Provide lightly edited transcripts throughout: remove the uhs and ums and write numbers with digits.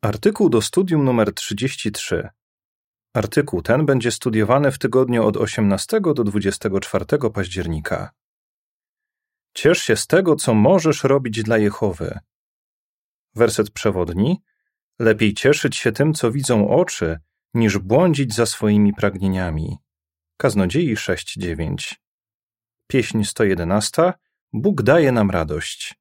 Artykuł do studium numer 33. Artykuł ten będzie studiowany w tygodniu od 18 do 24 października. Ciesz się z tego, co możesz robić dla Jehowy. Werset przewodni. Lepiej cieszyć się tym, co widzą oczy, niż błądzić za swoimi pragnieniami. Kaznodziei 6:9. Pieśń 111. Bóg daje nam radość.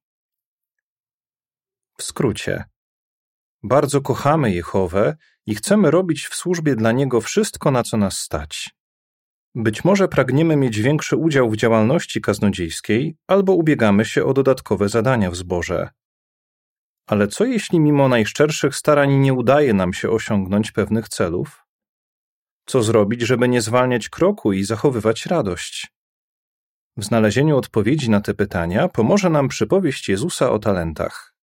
W skrócie. Bardzo kochamy Jehowę i chcemy robić w służbie dla Niego wszystko, na co nas stać. Być może pragniemy mieć większy udział w działalności kaznodziejskiej albo ubiegamy się o dodatkowe zadania w zborze. Ale co jeśli mimo najszczerszych starań nie udaje nam się osiągnąć pewnych celów? Co zrobić, żeby nie zwalniać kroku i zachowywać radość? W znalezieniu odpowiedzi na te pytania pomoże nam przypowieść Jezusa o talentach.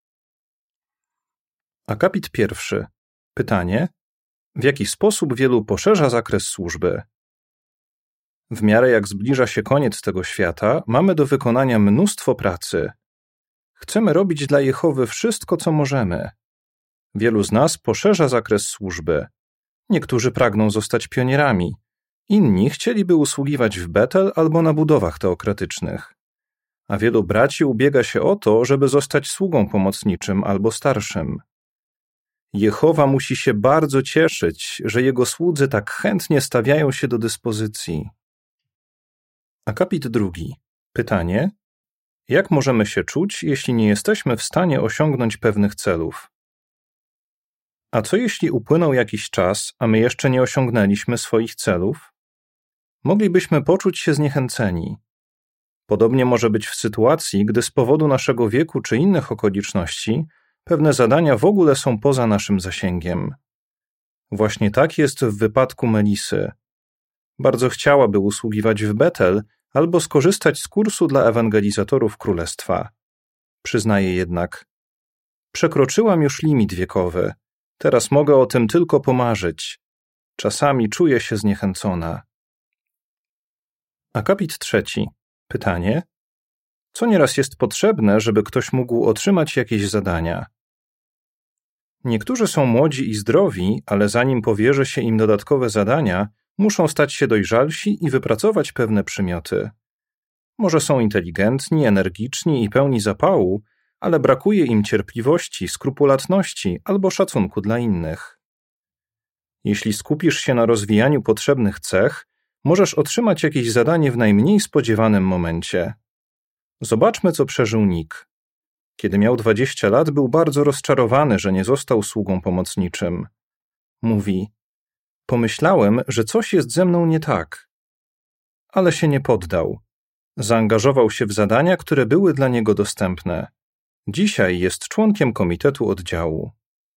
Akapit 1. Pytanie: w jaki sposób wielu poszerza zakres służby? W miarę jak zbliża się koniec tego świata, mamy do wykonania mnóstwo pracy. Chcemy robić dla Jehowy wszystko, co możemy. Wielu z nas poszerza zakres służby. Niektórzy pragną zostać pionierami. Inni chcieliby usługiwać w Betel albo na budowach teokratycznych. A wielu braci ubiega się o to, żeby zostać sługą pomocniczym albo starszym. Jehowa musi się bardzo cieszyć, że jego słudzy tak chętnie stawiają się do dyspozycji. Akapit 2. Pytanie: jak możemy się czuć, jeśli nie jesteśmy w stanie osiągnąć pewnych celów? A co jeśli upłynął jakiś czas, a my jeszcze nie osiągnęliśmy swoich celów? Moglibyśmy poczuć się zniechęceni. Podobnie może być w sytuacji, gdy z powodu naszego wieku czy innych okoliczności pewne zadania w ogóle są poza naszym zasięgiem. Właśnie tak jest w wypadku Melisy. Bardzo chciałaby usługiwać w Betel albo skorzystać z kursu dla ewangelizatorów królestwa. Przyznaje jednak: przekroczyłam już limit wiekowy. Teraz mogę o tym tylko pomarzyć. Czasami czuję się zniechęcona. Akapit 3. Pytanie: co nieraz jest potrzebne, żeby ktoś mógł otrzymać jakieś zadania? Niektórzy są młodzi i zdrowi, ale zanim powierzy się im dodatkowe zadania, muszą stać się dojrzalsi i wypracować pewne przymioty. Może są inteligentni, energiczni i pełni zapału, ale brakuje im cierpliwości, skrupulatności albo szacunku dla innych. Jeśli skupisz się na rozwijaniu potrzebnych cech, możesz otrzymać jakieś zadanie w najmniej spodziewanym momencie. Zobaczmy, co przeżył Nick. Kiedy miał 20 lat, był bardzo rozczarowany, że nie został sługą pomocniczym. Mówi: pomyślałem, że coś jest ze mną nie tak. Ale się nie poddał. Zaangażował się w zadania, które były dla niego dostępne. Dzisiaj jest członkiem komitetu oddziału.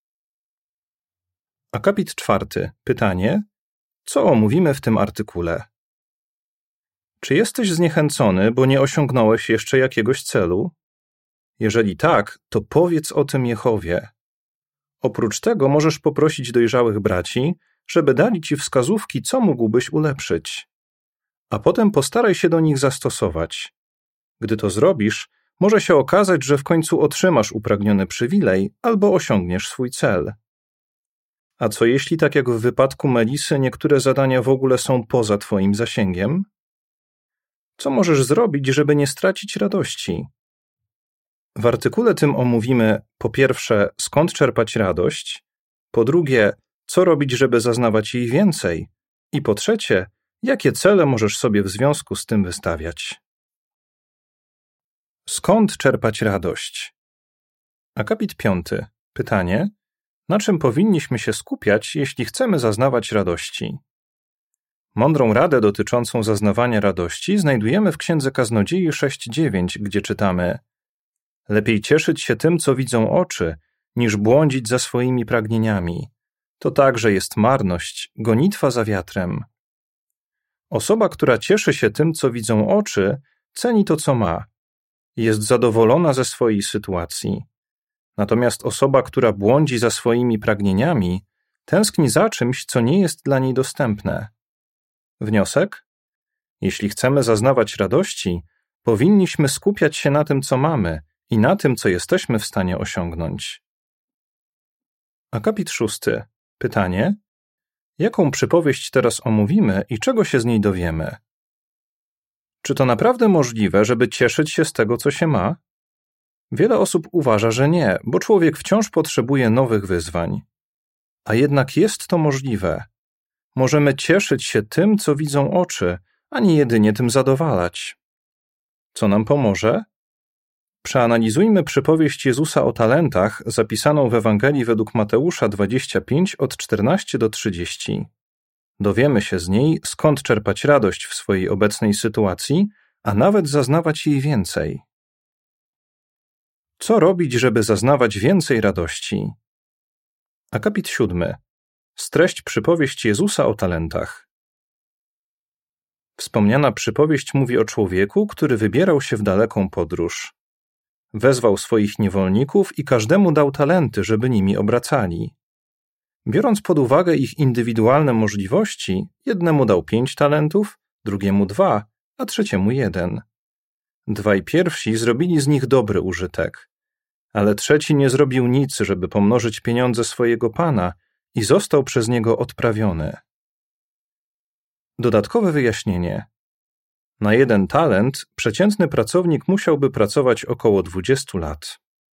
Akapit 4. Pytanie: co omówimy w tym artykule? Czy jesteś zniechęcony, bo nie osiągnąłeś jeszcze jakiegoś celu? Jeżeli tak, to powiedz o tym Jehowie. Oprócz tego możesz poprosić dojrzałych braci, żeby dali ci wskazówki, co mógłbyś ulepszyć. A potem postaraj się do nich zastosować. Gdy to zrobisz, może się okazać, że w końcu otrzymasz upragniony przywilej albo osiągniesz swój cel. A co jeśli, tak jak w wypadku Melisy, niektóre zadania w ogóle są poza twoim zasięgiem? Co możesz zrobić, żeby nie stracić radości? W artykule tym omówimy po pierwsze, skąd czerpać radość, po drugie, co robić, żeby zaznawać jej więcej i po trzecie, jakie cele możesz sobie w związku z tym wystawiać. Skąd czerpać radość? Akapit 5. Pytanie: na czym powinniśmy się skupiać, jeśli chcemy zaznawać radości? Mądrą radę dotyczącą zaznawania radości znajdujemy w Księdze Kaznodziei 6:9, gdzie czytamy: lepiej cieszyć się tym, co widzą oczy, niż błądzić za swoimi pragnieniami. To także jest marność, gonitwa za wiatrem. Osoba, która cieszy się tym, co widzą oczy, ceni to, co ma. Jest zadowolona ze swojej sytuacji. Natomiast osoba, która błądzi za swoimi pragnieniami, tęskni za czymś, co nie jest dla niej dostępne. Wniosek? Jeśli chcemy zaznawać radości, powinniśmy skupiać się na tym, co mamy i na tym, co jesteśmy w stanie osiągnąć. Akapit 6. Pytanie: jaką przypowieść teraz omówimy i czego się z niej dowiemy? Czy to naprawdę możliwe, żeby cieszyć się z tego, co się ma? Wiele osób uważa, że nie, bo człowiek wciąż potrzebuje nowych wyzwań. A jednak jest to możliwe. Możemy cieszyć się tym, co widzą oczy, a nie jedynie tym zadowalać. Co nam pomoże? Przeanalizujmy przypowieść Jezusa o talentach zapisaną w Ewangelii według Mateusza 25 od 14 do 30. Dowiemy się z niej, skąd czerpać radość w swojej obecnej sytuacji, a nawet zaznawać jej więcej. Co robić, żeby zaznawać więcej radości? Akapit 7. Streść przypowieść Jezusa o talentach. Wspomniana przypowieść mówi o człowieku, który wybierał się w daleką podróż. Wezwał swoich niewolników i każdemu dał talenty, żeby nimi obracali. Biorąc pod uwagę ich indywidualne możliwości, jednemu dał 5 talentów, drugiemu 2, a trzeciemu 1. 2 pierwsi zrobili z nich dobry użytek, ale trzeci nie zrobił nic, żeby pomnożyć pieniądze swojego pana i został przez niego odprawiony. Dodatkowe wyjaśnienie. Na 1 talent przeciętny pracownik musiałby pracować około 20 lat.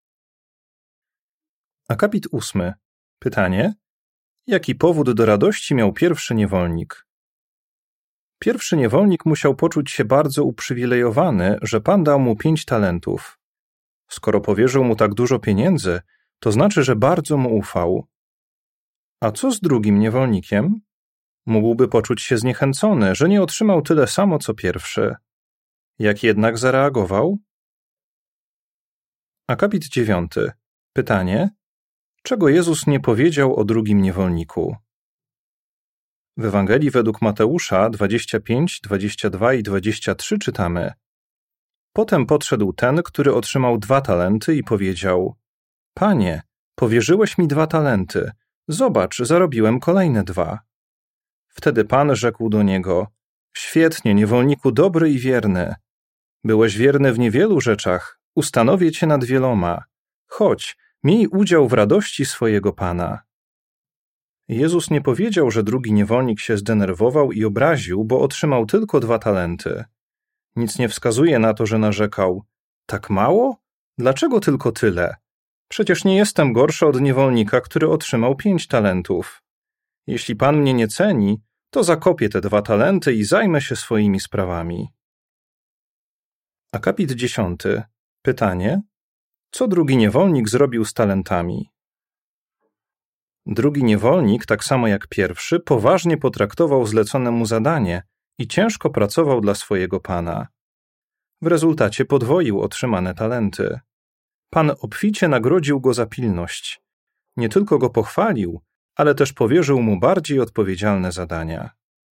Akapit 8. Pytanie: jaki powód do radości miał pierwszy niewolnik? Pierwszy niewolnik musiał poczuć się bardzo uprzywilejowany, że pan dał mu 5 talentów. Skoro powierzył mu tak dużo pieniędzy, to znaczy, że bardzo mu ufał. A co z drugim niewolnikiem? Mógłby poczuć się zniechęcony, że nie otrzymał tyle samo co pierwszy. Jak jednak zareagował? Akapit 9. Pytanie: czego Jezus nie powiedział o drugim niewolniku? W Ewangelii według Mateusza 25, 22 i 23 czytamy: potem podszedł ten, który otrzymał 2 talenty i powiedział: Panie, powierzyłeś mi 2 talenty, zobacz, zarobiłem kolejne 2. Wtedy Pan rzekł do niego: świetnie, niewolniku dobry i wierny. Byłeś wierny w niewielu rzeczach, ustanowię cię nad wieloma. Chodź, miej udział w radości swojego Pana. Jezus nie powiedział, że drugi niewolnik się zdenerwował i obraził, bo otrzymał tylko 2 talenty. Nic nie wskazuje na to, że narzekał: tak mało? Dlaczego tylko tyle? Przecież nie jestem gorszy od niewolnika, który otrzymał 5 talentów. Jeśli Pan mnie nie ceni, to zakopię te 2 talenty i zajmę się swoimi sprawami. Akapit 10. Pytanie: co drugi niewolnik zrobił z talentami? Drugi niewolnik, tak samo jak pierwszy, poważnie potraktował zlecone mu zadanie i ciężko pracował dla swojego pana. W rezultacie podwoił otrzymane talenty. Pan obficie nagrodził go za pilność. Nie tylko go pochwalił, ale też powierzył mu bardziej odpowiedzialne zadania.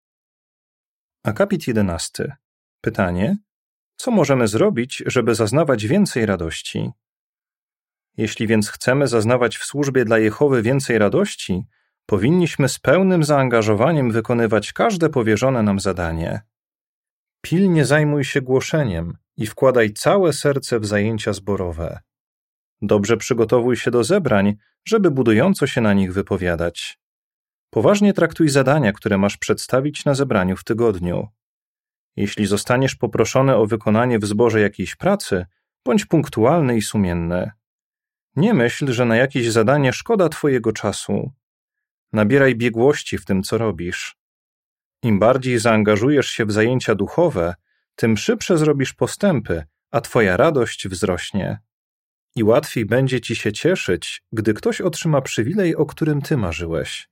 Akapit 11. Pytanie: co możemy zrobić, żeby zaznawać więcej radości? Jeśli więc chcemy zaznawać w służbie dla Jehowy więcej radości, powinniśmy z pełnym zaangażowaniem wykonywać każde powierzone nam zadanie. Pilnie zajmuj się głoszeniem i wkładaj całe serce w zajęcia zborowe. Dobrze przygotowuj się do zebrań, żeby budująco się na nich wypowiadać. Poważnie traktuj zadania, które masz przedstawić na zebraniu w tygodniu. Jeśli zostaniesz poproszony o wykonanie w zborze jakiejś pracy, bądź punktualny i sumienny. Nie myśl, że na jakieś zadanie szkoda twojego czasu. Nabieraj biegłości w tym, co robisz. Im bardziej zaangażujesz się w zajęcia duchowe, tym szybsze zrobisz postępy, a twoja radość wzrośnie. I łatwiej będzie ci się cieszyć, gdy ktoś otrzyma przywilej, o którym ty marzyłeś.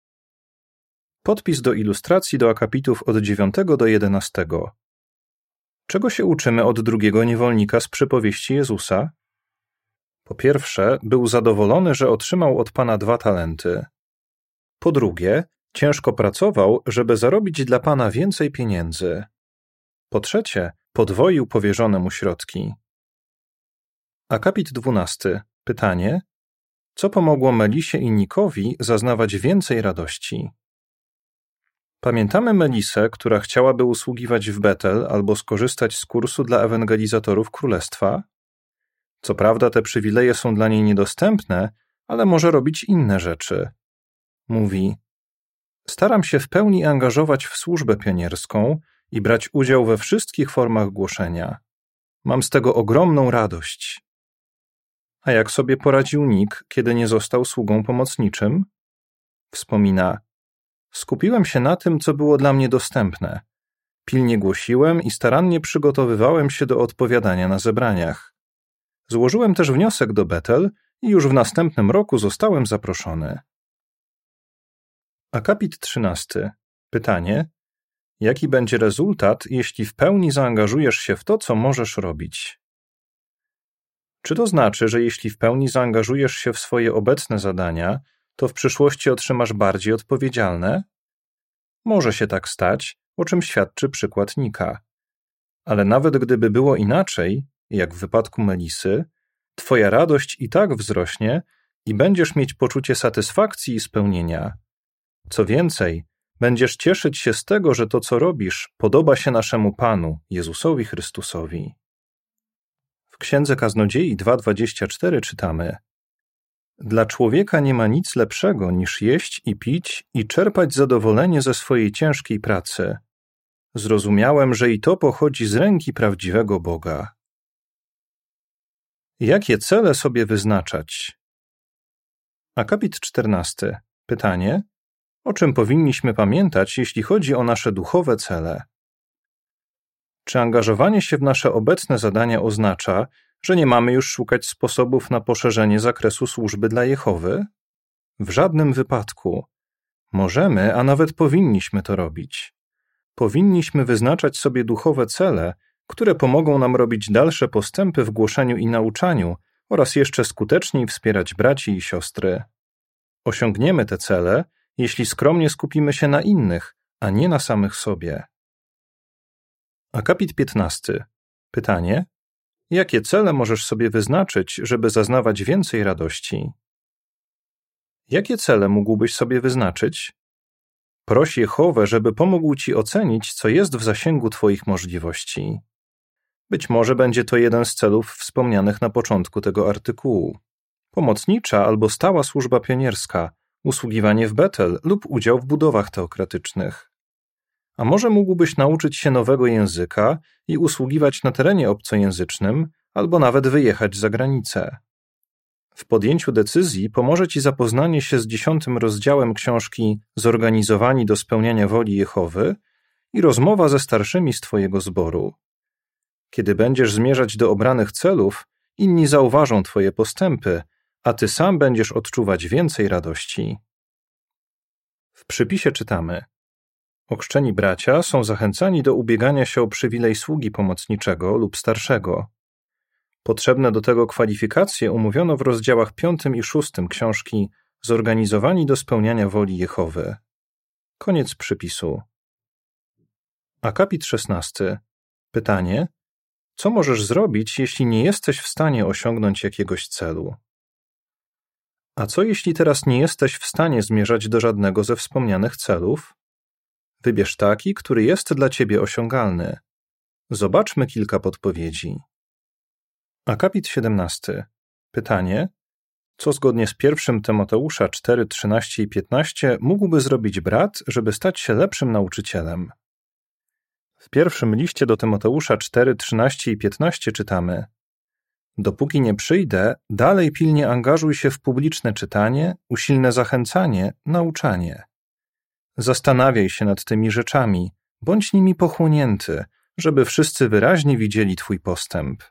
Podpis do ilustracji do akapitów od 9 do 11. Czego się uczymy od drugiego niewolnika z przypowieści Jezusa? Po pierwsze, był zadowolony, że otrzymał od Pana 2 talenty. Po drugie, ciężko pracował, żeby zarobić dla Pana więcej pieniędzy. Po trzecie, podwoił powierzone mu środki. Akapit 12. Pytanie: co pomogło Melisie i Nikowi zaznawać więcej radości? Pamiętamy Melisę, która chciałaby usługiwać w Betel albo skorzystać z kursu dla ewangelizatorów królestwa? Co prawda te przywileje są dla niej niedostępne, ale może robić inne rzeczy. Mówi: staram się w pełni angażować w służbę pionierską i brać udział we wszystkich formach głoszenia. Mam z tego ogromną radość. A jak sobie poradził Nick, kiedy nie został sługą pomocniczym? Wspomina: skupiłem się na tym, co było dla mnie dostępne. Pilnie głosiłem i starannie przygotowywałem się do odpowiadania na zebraniach. Złożyłem też wniosek do Bethel i już w następnym roku zostałem zaproszony. Akapit 13. Pytanie: jaki będzie rezultat, jeśli w pełni zaangażujesz się w to, co możesz robić? Czy to znaczy, że jeśli w pełni zaangażujesz się w swoje obecne zadania, to w przyszłości otrzymasz bardziej odpowiedzialne? Może się tak stać, o czym świadczy przykład Nika. Ale nawet gdyby było inaczej, jak w wypadku Melisy, twoja radość i tak wzrośnie i będziesz mieć poczucie satysfakcji i spełnienia. Co więcej, będziesz cieszyć się z tego, że to, co robisz, podoba się naszemu Panu, Jezusowi Chrystusowi. W Księdze Kaznodziei 2:24 czytamy: dla człowieka nie ma nic lepszego niż jeść i pić i czerpać zadowolenie ze swojej ciężkiej pracy. Zrozumiałem, że i to pochodzi z ręki prawdziwego Boga. Jakie cele sobie wyznaczać? Akapit 14. Pytanie: o czym powinniśmy pamiętać, jeśli chodzi o nasze duchowe cele? Czy angażowanie się w nasze obecne zadania oznacza, że nie mamy już szukać sposobów na poszerzenie zakresu służby dla Jehowy? W żadnym wypadku. Możemy, a nawet powinniśmy to robić. Powinniśmy wyznaczać sobie duchowe cele, które pomogą nam robić dalsze postępy w głoszeniu i nauczaniu oraz jeszcze skuteczniej wspierać braci i siostry. Osiągniemy te cele, jeśli skromnie skupimy się na innych, a nie na samych sobie. Akapit 15. Pytanie: jakie cele możesz sobie wyznaczyć, żeby zaznawać więcej radości? Jakie cele mógłbyś sobie wyznaczyć? Proś Jehowę, żeby pomógł ci ocenić, co jest w zasięgu twoich możliwości. Być może będzie to jeden z celów wspomnianych na początku tego artykułu. Pomocnicza albo stała służba pionierska, usługiwanie w Bethel lub udział w budowach teokratycznych. A może mógłbyś nauczyć się nowego języka i usługiwać na terenie obcojęzycznym, albo nawet wyjechać za granicę. W podjęciu decyzji pomoże ci zapoznanie się z 10 rozdziałem książki Zorganizowani do spełniania woli Jehowy i rozmowa ze starszymi z twojego zboru. Kiedy będziesz zmierzać do obranych celów, inni zauważą twoje postępy, a ty sam będziesz odczuwać więcej radości. W przypisie czytamy: ochrzczeni bracia są zachęcani do ubiegania się o przywilej sługi pomocniczego lub starszego. Potrzebne do tego kwalifikacje omówiono w rozdziałach 5 i 6 książki Zorganizowani do spełniania woli Jehowy. Koniec przypisu. Akapit 16. Pytanie: co możesz zrobić, jeśli nie jesteś w stanie osiągnąć jakiegoś celu? A co jeśli teraz nie jesteś w stanie zmierzać do żadnego ze wspomnianych celów? Wybierz taki, który jest dla ciebie osiągalny. Zobaczmy kilka podpowiedzi. Akapit 17. Pytanie: co zgodnie z 1 Tymoteusza 4, 13 i 15 mógłby zrobić brat, żeby stać się lepszym nauczycielem? W pierwszym liście do Tymoteusza 4, 13 i 15 czytamy: dopóki nie przyjdę, dalej pilnie angażuj się w publiczne czytanie, usilne zachęcanie, nauczanie. Zastanawiaj się nad tymi rzeczami, bądź nimi pochłonięty, żeby wszyscy wyraźnie widzieli twój postęp.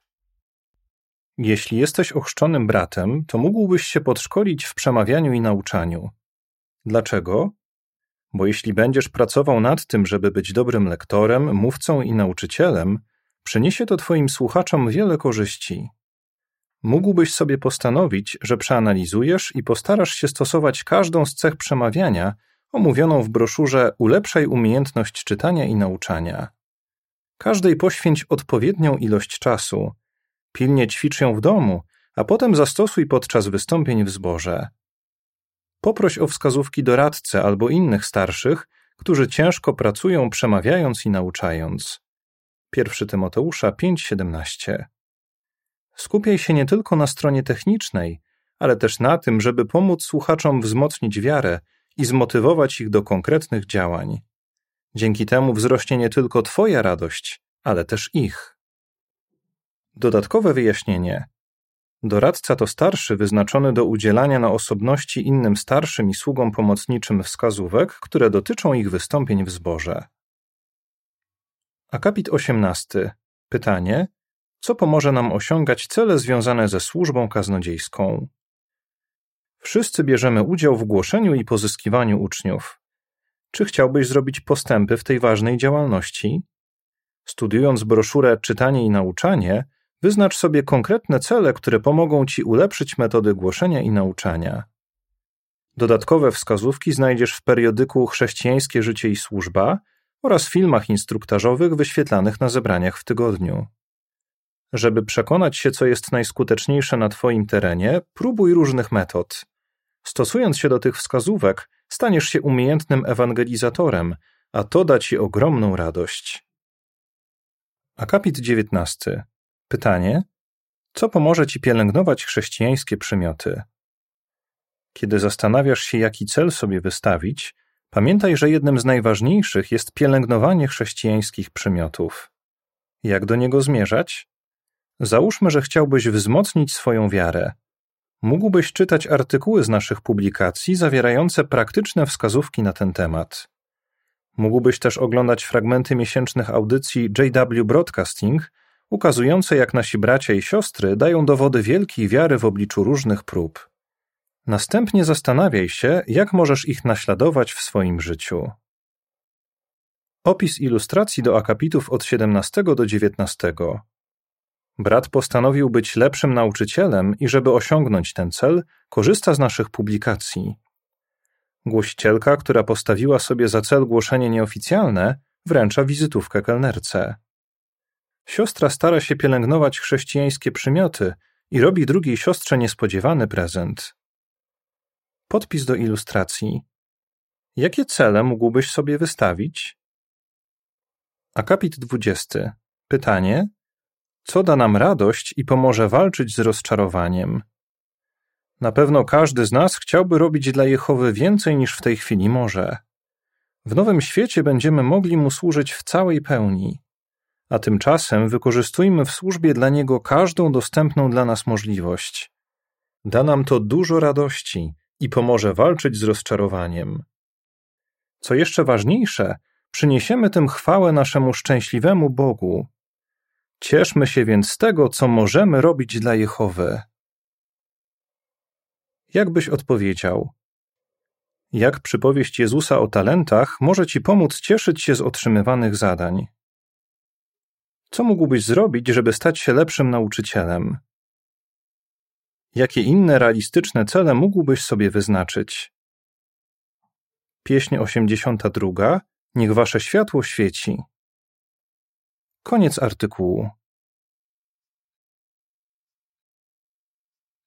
Jeśli jesteś ochrzczonym bratem, to mógłbyś się podszkolić w przemawianiu i nauczaniu. Dlaczego? Bo jeśli będziesz pracował nad tym, żeby być dobrym lektorem, mówcą i nauczycielem, przyniesie to twoim słuchaczom wiele korzyści. Mógłbyś sobie postanowić, że przeanalizujesz i postarasz się stosować każdą z cech przemawiania omówioną w broszurze Ulepszaj umiejętność czytania i nauczania. Każdej poświęć odpowiednią ilość czasu. Pilnie ćwicz ją w domu, a potem zastosuj podczas wystąpień w zborze. Poproś o wskazówki doradcę albo innych starszych, którzy ciężko pracują przemawiając i nauczając. 1 Tymoteusza 5:17. Skupiaj się nie tylko na stronie technicznej, ale też na tym, żeby pomóc słuchaczom wzmocnić wiarę i zmotywować ich do konkretnych działań. Dzięki temu wzrośnie nie tylko Twoja radość, ale też ich. Dodatkowe wyjaśnienie. Doradca to starszy wyznaczony do udzielania na osobności innym starszym i sługom pomocniczym wskazówek, które dotyczą ich wystąpień w zborze. Akapit 18. Pytanie: co pomoże nam osiągać cele związane ze służbą kaznodziejską? Wszyscy bierzemy udział w głoszeniu i pozyskiwaniu uczniów. Czy chciałbyś zrobić postępy w tej ważnej działalności? Studiując broszurę Czytanie i nauczanie, wyznacz sobie konkretne cele, które pomogą Ci ulepszyć metody głoszenia i nauczania. Dodatkowe wskazówki znajdziesz w periodyku Chrześcijańskie życie i służba oraz filmach instruktażowych wyświetlanych na zebraniach w tygodniu. Żeby przekonać się, co jest najskuteczniejsze na Twoim terenie, próbuj różnych metod. Stosując się do tych wskazówek, staniesz się umiejętnym ewangelizatorem, a to da Ci ogromną radość. Akapit 19. Pytanie: co pomoże Ci pielęgnować chrześcijańskie przymioty? Kiedy zastanawiasz się, jaki cel sobie wystawić, pamiętaj, że jednym z najważniejszych jest pielęgnowanie chrześcijańskich przymiotów. Jak do niego zmierzać? Załóżmy, że chciałbyś wzmocnić swoją wiarę. Mógłbyś czytać artykuły z naszych publikacji zawierające praktyczne wskazówki na ten temat. Mógłbyś też oglądać fragmenty miesięcznych audycji JW Broadcasting, ukazujące, jak nasi bracia i siostry dają dowody wielkiej wiary w obliczu różnych prób. Następnie zastanawiaj się, jak możesz ich naśladować w swoim życiu. Opis ilustracji do akapitów od 17 do 19. Brat postanowił być lepszym nauczycielem i żeby osiągnąć ten cel, korzysta z naszych publikacji. Głosicielka, która postawiła sobie za cel głoszenie nieoficjalne, wręcza wizytówkę kelnerce. Siostra stara się pielęgnować chrześcijańskie przymioty i robi drugiej siostrze niespodziewany prezent. Podpis do ilustracji. Jakie cele mógłbyś sobie wystawić? Akapit 20. Pytanie: co da nam radość i pomoże walczyć z rozczarowaniem? Na pewno każdy z nas chciałby robić dla Jehowy więcej niż w tej chwili może. W nowym świecie będziemy mogli Mu służyć w całej pełni. A tymczasem wykorzystujmy w służbie dla Niego każdą dostępną dla nas możliwość. Da nam to dużo radości i pomoże walczyć z rozczarowaniem. Co jeszcze ważniejsze, przyniesiemy tym chwałę naszemu szczęśliwemu Bogu. Cieszmy się więc z tego, co możemy robić dla Jehowy. Jak byś odpowiedział? Jak przypowieść Jezusa o talentach może Ci pomóc cieszyć się z otrzymywanych zadań? Co mógłbyś zrobić, żeby stać się lepszym nauczycielem? Jakie inne realistyczne cele mógłbyś sobie wyznaczyć? Pieśń 82. Niech Wasze światło świeci. Koniec artykułu.